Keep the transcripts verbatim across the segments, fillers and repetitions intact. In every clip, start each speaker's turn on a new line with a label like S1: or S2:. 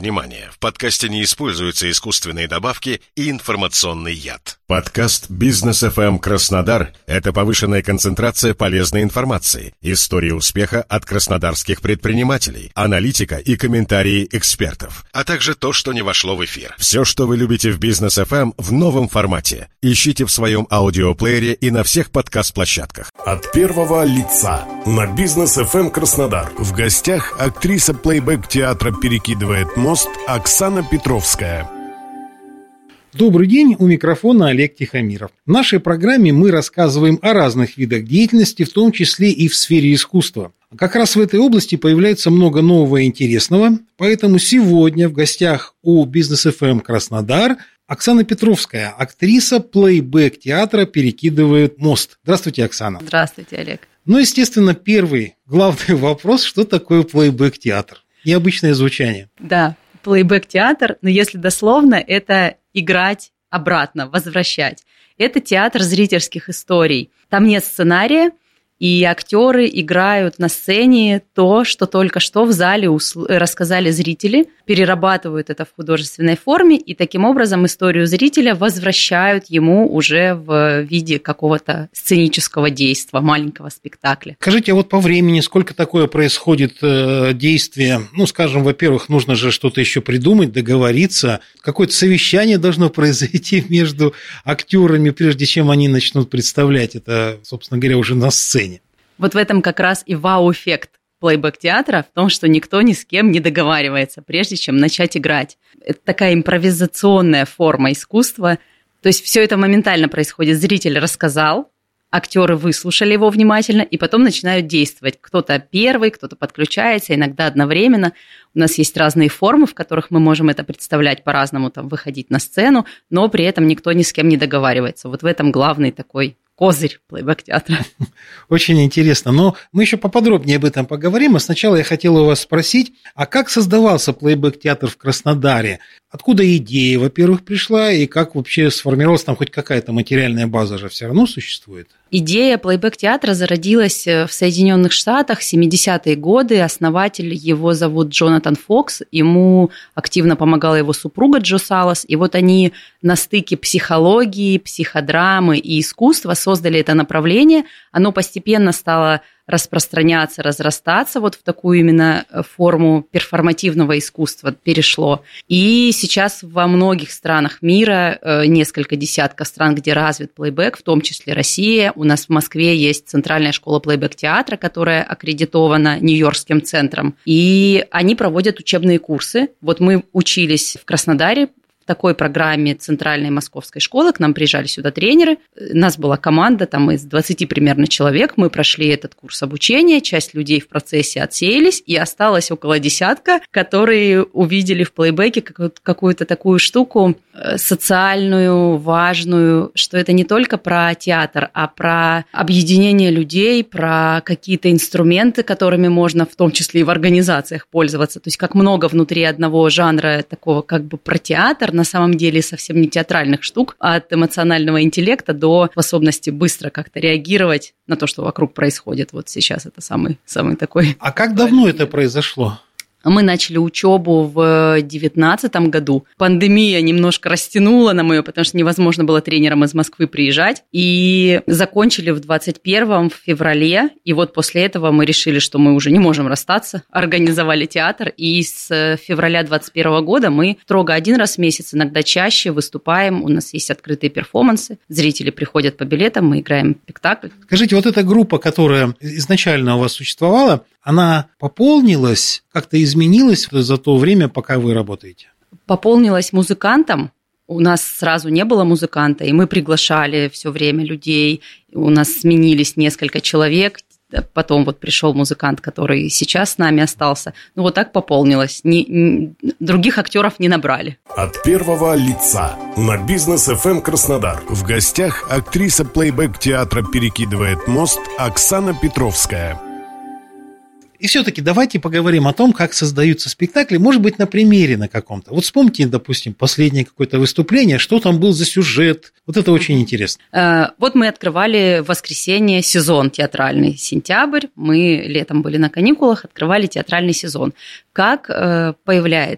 S1: внимание, в подкасте не используются искусственные добавки и информационный яд. Подкаст «Бизнес эф эм Краснодар» — это повышенная концентрация полезной информации, истории успеха от краснодарских предпринимателей, аналитика и комментарии экспертов, а также то, что не вошло в эфир. Все, что вы любите в «Бизнес эф эм» в новом формате. Ищите в своем аудиоплеере и на всех подкаст-площадках.
S2: От первого лица на «Бизнес эф эм Краснодар». В гостях актриса плейбэк-театра «Перекидывает мост» Оксана Петровская.
S3: Добрый день, у микрофона Олег Тихомиров. В нашей программе мы рассказываем о разных видах деятельности, в том числе и в сфере искусства. Как раз в этой области появляется много нового и интересного, поэтому сегодня в гостях у «Бизнес эф эм Краснодар» Оксана Петровская, актриса плейбэк-театра «Перекидывает мост». Здравствуйте, Оксана.
S4: Здравствуйте, Олег.
S3: Ну, естественно, первый главный вопрос, что такое плейбэк-театр? Необычное звучание.
S4: Да, плейбэк-театр, но если дословно, это играть обратно, возвращать. Это театр зрительских историй. Там нет сценария, и актеры играют на сцене то, что только что в зале усл... рассказали зрители, перерабатывают это в художественной форме, и таким образом историю зрителя возвращают ему уже в виде какого-то сценического действия, маленького спектакля.
S3: Скажите, а вот по времени сколько такое происходит э, действие? Ну, скажем, во-первых, нужно же что-то еще придумать, договориться, какое-то совещание должно произойти между актерами, прежде чем они начнут представлять это, собственно говоря, уже на сцене.
S4: Вот в этом как раз и вау-эффект плейбэк-театра, в том, что никто ни с кем не договаривается, прежде чем начать играть. Это такая импровизационная форма искусства. То есть все это моментально происходит. Зритель рассказал, актеры выслушали его внимательно, и потом начинают действовать. Кто-то первый, кто-то подключается, иногда одновременно. У нас есть разные формы, в которых мы можем это представлять по-разному, там, выходить на сцену, но при этом никто ни с кем не договаривается. Вот в этом главный такой козырь плейбэк-театра.
S3: Очень интересно. Но мы еще поподробнее об этом поговорим. А сначала я хотел у вас спросить, а как создавался плейбэк-театр в Краснодаре? Откуда идея, во-первых, пришла, и как вообще сформировалась там хоть какая-то материальная база же все равно существует?
S4: Идея плейбэк-театра зародилась в Соединенных Штатах в семидесятые годы. Основатель его зовут Джонатан Фокс. Ему активно помогала его супруга Джо Салас. И вот они на стыке психологии, психодрамы и искусства создали это направление. Оно постепенно стало распространяться, разрастаться вот в такую именно форму перформативного искусства перешло. И сейчас во многих странах мира, несколько десятков стран, где развит плейбэк, в том числе Россия. У нас в Москве есть Центральная школа плейбэк-театра, которая аккредитована Нью-Йоркским центром. И они проводят учебные курсы. Вот мы учились в Краснодаре в такой программе Центральной московской школы, к нам приезжали сюда тренеры, у нас была команда там из двадцати примерно человек, мы прошли этот курс обучения, часть людей в процессе отсеялись, и осталось около десятка, которые увидели в плейбэке какую-то такую штуку социальную, важную, что это не только про театр, а про объединение людей, про какие-то инструменты, которыми можно в том числе и в организациях пользоваться, то есть как много внутри одного жанра такого как бы про театр, на самом деле совсем не театральных штук, от эмоционального интеллекта до способности быстро как-то реагировать на то, что вокруг происходит. Вот сейчас это самый, самый такой...
S3: А как давно это произошло?
S4: Мы начали учебу в девятнадцатом году. Пандемия немножко растянула нам ее, потому что невозможно было тренерам из Москвы приезжать. И закончили в двадцать первом, в феврале. И вот после этого мы решили, что мы уже не можем расстаться. Организовали театр. И с февраля двадцать первого года мы строго один раз в месяц, иногда чаще, выступаем. У нас есть открытые перформансы. Зрители приходят по билетам, мы играем спектакль.
S3: Скажите, вот эта группа, которая изначально у вас существовала, она пополнилась, как-то изменилась за то время, пока вы работаете?
S4: Пополнилась музыкантом. У нас сразу не было музыканта, и мы приглашали все время людей. У нас сменились несколько человек. Потом вот пришел музыкант, который сейчас с нами остался. Ну вот так пополнилось. Ни, ни, других актеров не набрали.
S2: От первого лица на «Бизнес эф эм Краснодар». В гостях актриса плейбэк-театра «Перекидывает мост» Оксана Петровская.
S3: И все-таки давайте поговорим о том, как создаются спектакли, может быть, на примере на каком-то. Вот вспомните, допустим, последнее какое-то выступление, что там был за сюжет. Вот это очень интересно.
S4: Вот мы открывали в воскресенье сезон театральный, сентябрь. Мы летом были на каникулах, открывали театральный сезон. Как появляется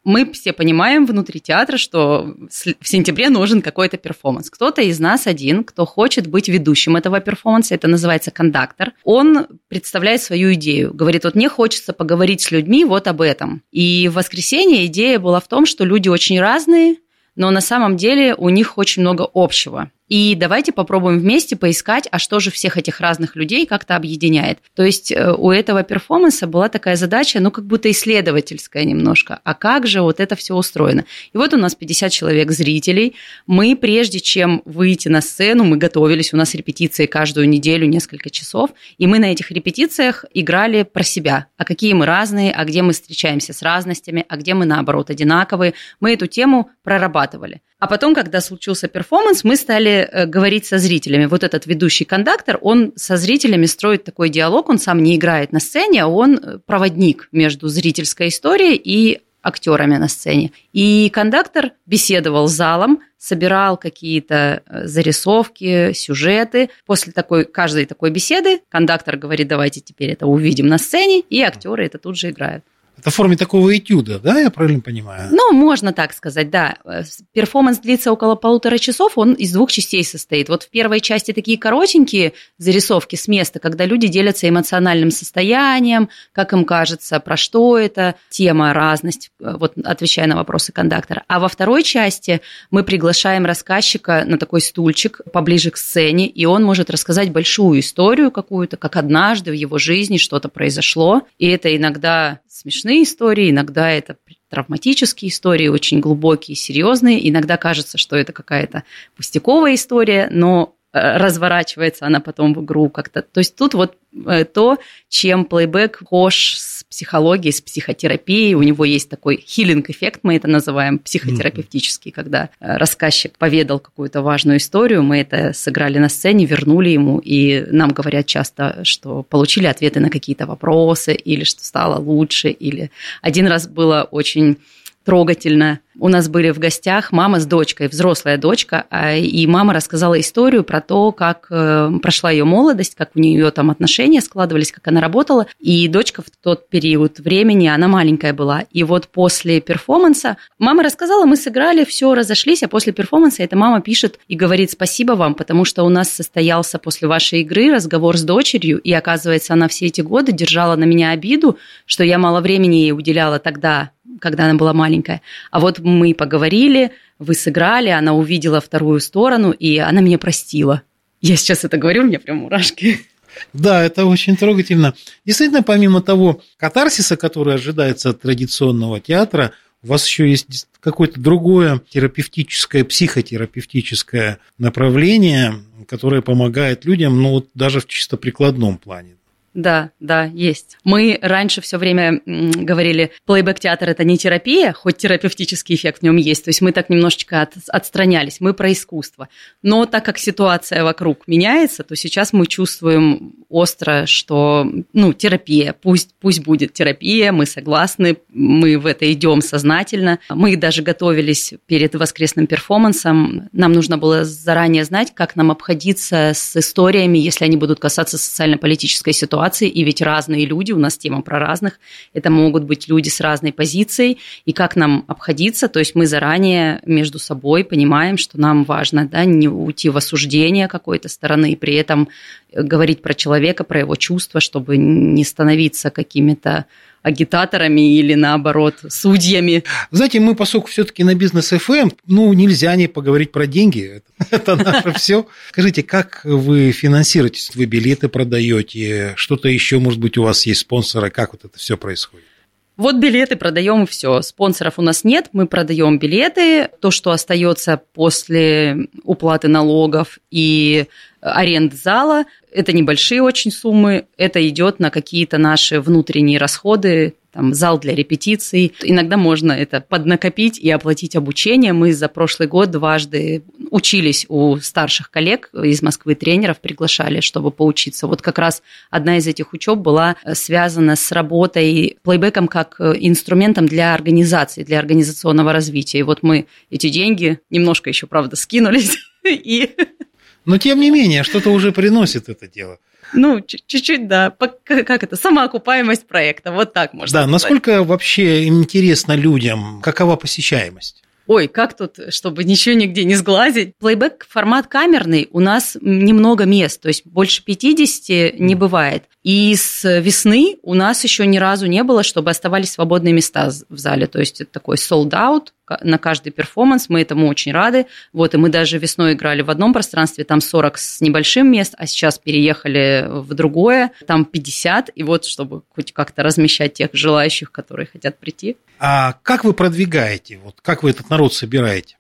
S4: мы все понимаем внутри театра, что в сентябре нужен какой-то перформанс. Кто-то из нас один, кто хочет быть ведущим этого перформанса, это называется кондактор, он представляет свою идею, говорит, вот мне хочется поговорить с людьми вот об этом. И в воскресенье идея была в том, что люди очень разные, но на самом деле у них очень много общего. И давайте попробуем вместе поискать, а что же всех этих разных людей как-то объединяет. То есть у этого перформанса была такая задача, ну, как будто исследовательская немножко. А как же вот это все устроено? И вот у нас пятьдесят человек зрителей. Мы, прежде чем выйти на сцену, мы готовились, у нас репетиции каждую неделю, несколько часов, и мы на этих репетициях играли про себя. А какие мы разные, а где мы встречаемся с разностями, а где мы, наоборот, одинаковые. Мы эту тему прорабатывали. А потом, когда случился перформанс, мы стали говорить со зрителями. Вот этот ведущий кондактор, он со зрителями строит такой диалог, он сам не играет на сцене, а он проводник между зрительской историей и актерами на сцене. И кондактор беседовал с залом, собирал какие-то зарисовки, сюжеты. После такой, каждой такой беседы кондактор говорит, давайте теперь это увидим на сцене, и актеры это тут же играют.
S3: Это в форме такого этюда, да, я правильно понимаю?
S4: Ну, можно так сказать, да. Перформанс длится около полутора часов, он из двух частей состоит. Вот в первой части такие коротенькие зарисовки с места, когда люди делятся эмоциональным состоянием, как им кажется, про что это, тема, разность, вот отвечая на вопросы кондактора. А во второй части мы приглашаем рассказчика на такой стульчик поближе к сцене, и он может рассказать большую историю какую-то, как однажды в его жизни что-то произошло, и это иногда смешные истории, иногда это травматические истории, очень глубокие, серьезные. Иногда кажется, что это какая-то пустяковая история, но разворачивается она потом в игру как-то. То есть тут вот то, чем плейбэк схож с психологией, с психотерапией. У него есть такой хилинг-эффект, мы это называем, психотерапевтический, mm-hmm. когда рассказчик поведал какую-то важную историю, мы это сыграли на сцене, вернули ему, и нам говорят часто, что получили ответы на какие-то вопросы, или что стало лучше, или один раз было очень трогательно. У нас были в гостях мама с дочкой, взрослая дочка, и мама рассказала историю про то, как прошла ее молодость, как у нее там отношения складывались, как она работала. И дочка в тот период времени, она маленькая была. И вот после перформанса мама рассказала, мы сыграли, все, разошлись, а после перформанса эта мама пишет и говорит: спасибо вам, потому что у нас состоялся после вашей игры разговор с дочерью, и, оказывается, она все эти годы держала на меня обиду, что я мало времени ей уделяла тогда, когда она была маленькая. А вот мы поговорили, вы сыграли, она увидела вторую сторону, и она меня простила. Я сейчас это говорю, у меня прям мурашки.
S3: Да, это очень трогательно. Действительно, помимо того катарсиса, который ожидается от традиционного театра, у вас еще есть какое-то другое терапевтическое, психотерапевтическое направление, которое помогает людям, ну вот даже в чисто прикладном плане.
S4: Да, да, есть. Мы раньше все время говорили, плейбэк-театр – это не терапия, хоть терапевтический эффект в нем есть, то есть мы так немножечко от, отстранялись, мы про искусство. Но так как ситуация вокруг меняется, то сейчас мы чувствуем остро, что, ну, терапия, пусть, пусть будет терапия, мы согласны, мы в это идем сознательно. Мы даже готовились перед воскресным перформансом, нам нужно было заранее знать, как нам обходиться с историями, если они будут касаться социально-политической ситуации. И ведь разные люди, у нас тема про разных, это могут быть люди с разной позицией, и как нам обходиться, то есть мы заранее между собой понимаем, что нам важно, да, не уйти в осуждение какой-то стороны, и при этом говорить про человека, про его чувства, чтобы не становиться какими-то агитаторами или, наоборот, судьями.
S3: Знаете, мы, поскольку все-таки на Бизнес эф эм, ну, нельзя не поговорить про деньги. Это, это наше все. Скажите, как вы финансируетесь? Вы билеты продаете? Что-то еще, может быть, у вас есть спонсоры? Как вот это все происходит?
S4: Вот билеты продаем и все. Спонсоров у нас нет, мы продаем билеты. То, что остается после уплаты налогов и аренды зала, это небольшие очень суммы, это идет на какие-то наши внутренние расходы, там, зал для репетиций. Иногда можно это поднакопить и оплатить обучение. Мы за прошлый год дважды учились у старших коллег из Москвы, тренеров приглашали, чтобы поучиться. Вот как раз одна из этих учеб была связана с работой плейбэком как инструментом для организации, для организационного развития. И вот мы эти деньги немножко еще, правда, скинулись и...
S3: Но, тем не менее, что-то уже приносит это дело.
S4: Ну, чуть-чуть, да. Как это? Самоокупаемость проекта. Вот так можно сказать.
S3: Да, насколько вообще интересно людям, какова посещаемость?
S4: Ой, как тут, чтобы ничего нигде не сглазить. Плейбэк формат камерный, у нас немного мест, то есть больше пятидесяти не бывает. И с весны у нас еще ни разу не было, чтобы оставались свободные места в зале. То есть это такой sold out на каждый перформанс, мы этому очень рады. Вот, и мы даже весной играли в одном пространстве, там сорок с небольшим мест, а сейчас переехали в другое, там пятьдесят. И вот, чтобы хоть как-то размещать тех желающих, которые хотят прийти.
S3: А как вы продвигаете? Вот как вы этот народ собираете?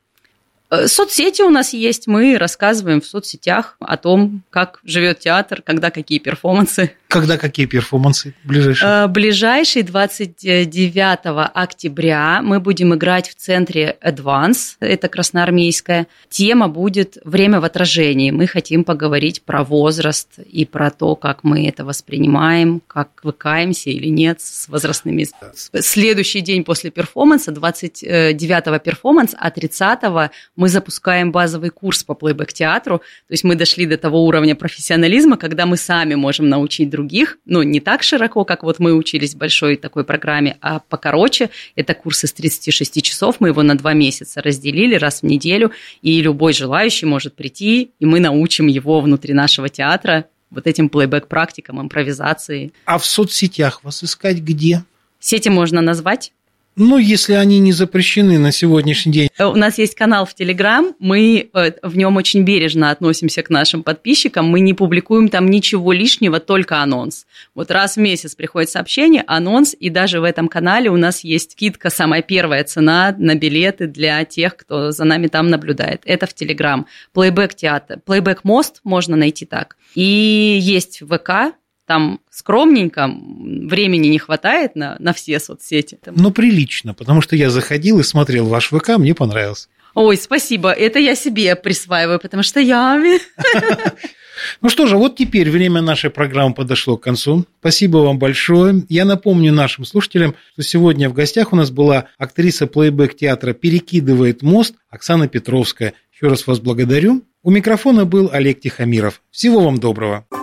S4: Соцсети у нас есть, мы рассказываем в соцсетях о том, как живет театр, когда какие перформансы.
S3: Когда какие перформансы ближайшие?
S4: Ближайший двадцать девятого октября мы будем играть в центре Advance, это красноармейская. Тема будет «Время в отражении». Мы хотим поговорить про возраст и про то, как мы это воспринимаем, как выкаемся или нет с возрастными. Следующий день после перформанса, двадцать девятого перформанс, а тридцатого мы запускаем базовый курс по плейбэк-театру. То есть мы дошли до того уровня профессионализма, когда мы сами можем научить других, ну, не так широко, как вот мы учились в большой такой программе, а покороче. Это курс из тридцати шести часов, мы его на два месяца разделили раз в неделю, и любой желающий может прийти, и мы научим его внутри нашего театра вот этим плейбэк-практикам, импровизации.
S3: А в соцсетях вас искать где?
S4: Сети можно назвать?
S3: Ну, если они не запрещены на сегодняшний день.
S4: У нас есть канал в Телеграм, мы в нем очень бережно относимся к нашим подписчикам, мы не публикуем там ничего лишнего, только анонс. Вот раз в месяц приходит сообщение, анонс, и даже в этом канале у нас есть скидка, самая первая цена на билеты для тех, кто за нами там наблюдает. Это в Телеграм. Плейбэк-театр, плейбэк-мост можно найти так. И есть ВК. Там скромненько, времени не хватает на, на все соцсети.
S3: Но прилично, потому что я заходил и смотрел ваш ВК, мне понравилось.
S4: Ой, спасибо, это я себе присваиваю, потому что я...
S3: Ну что же, вот теперь время нашей программы подошло к концу. Спасибо вам большое. Я напомню нашим слушателям, что сегодня в гостях у нас была актриса плейбэк-театра «Перекидывает мост» Оксана Петровская. Еще раз вас благодарю. У микрофона был Олег Тихомиров. Всего вам доброго.